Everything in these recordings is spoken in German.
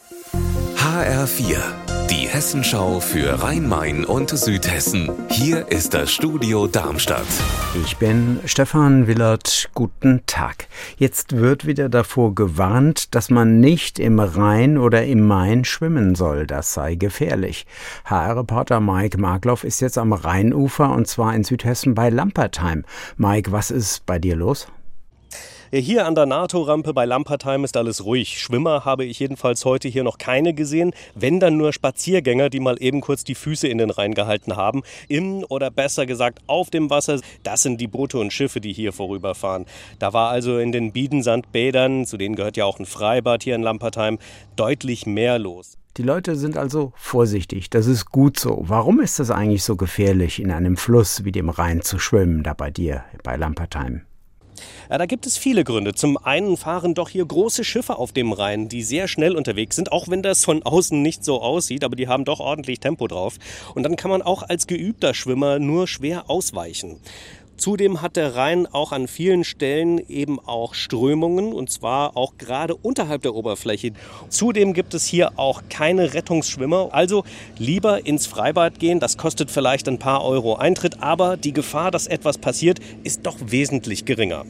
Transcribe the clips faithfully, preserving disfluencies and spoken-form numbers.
H R vier, die Hessenschau für Rhein-Main und Südhessen. Hier ist das Studio Darmstadt. Ich bin Stefan Willert. Guten Tag. Jetzt wird wieder davor gewarnt, dass man nicht im Rhein oder im Main schwimmen soll. Das sei gefährlich. H R-Reporter Mike Markloff ist jetzt am Rheinufer und zwar in Südhessen bei Lampertheim. Mike, was ist bei dir los? Hier an der NATO-Rampe bei Lampertheim ist alles ruhig. Schwimmer habe ich jedenfalls heute hier noch keine gesehen. Wenn, dann nur Spaziergänger, die mal eben kurz die Füße in den Rhein gehalten haben. Im oder besser gesagt auf dem Wasser. Das sind die Boote und Schiffe, die hier vorüberfahren. Da war also in den Biedensandbädern, zu denen gehört ja auch ein Freibad hier in Lampertheim, deutlich mehr los. Die Leute sind also vorsichtig. Das ist gut so. Warum ist das eigentlich so gefährlich, in einem Fluss wie dem Rhein zu schwimmen, da bei dir, bei Lampertheim? Ja, da gibt es viele Gründe. Zum einen fahren doch hier große Schiffe auf dem Rhein, die sehr schnell unterwegs sind, auch wenn das von außen nicht so aussieht, aber die haben doch ordentlich Tempo drauf. Und dann kann man auch als geübter Schwimmer nur schwer ausweichen. Zudem hat der Rhein auch an vielen Stellen eben auch Strömungen, und zwar auch gerade unterhalb der Oberfläche. Zudem gibt es hier auch keine Rettungsschwimmer, also lieber ins Freibad gehen. Das kostet vielleicht ein paar Euro Eintritt, aber die Gefahr, dass etwas passiert, ist doch wesentlich geringer.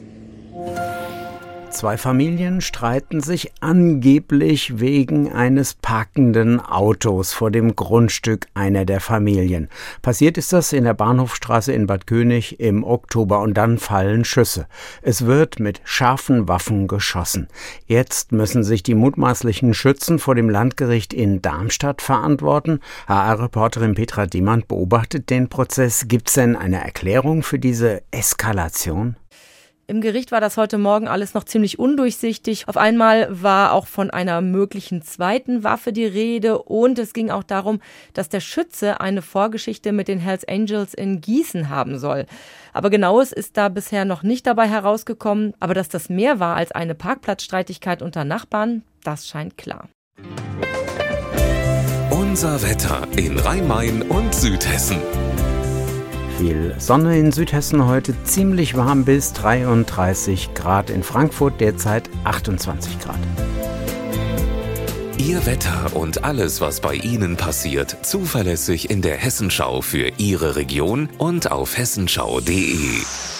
Zwei Familien streiten sich angeblich wegen eines parkenden Autos vor dem Grundstück einer der Familien. Passiert ist das in der Bahnhofstraße in Bad König im Oktober und dann fallen Schüsse. Es wird mit scharfen Waffen geschossen. Jetzt müssen sich die mutmaßlichen Schützen vor dem Landgericht in Darmstadt verantworten. H R-Reporterin Petra Demand beobachtet den Prozess. Gibt es denn eine Erklärung für diese Eskalation? Im Gericht war das heute Morgen alles noch ziemlich undurchsichtig. Auf einmal war auch von einer möglichen zweiten Waffe die Rede und es ging auch darum, dass der Schütze eine Vorgeschichte mit den Hells Angels in Gießen haben soll. Aber Genaues ist da bisher noch nicht dabei herausgekommen. Aber dass das mehr war als eine Parkplatzstreitigkeit unter Nachbarn, das scheint klar. Unser Wetter in Rhein-Main und Südhessen. Viel Sonne in Südhessen heute, ziemlich warm bis dreiunddreißig Grad. In Frankfurt derzeit achtundzwanzig Grad. Ihr Wetter und alles, was bei Ihnen passiert, zuverlässig in der Hessenschau für Ihre Region und auf hessenschau punkt de.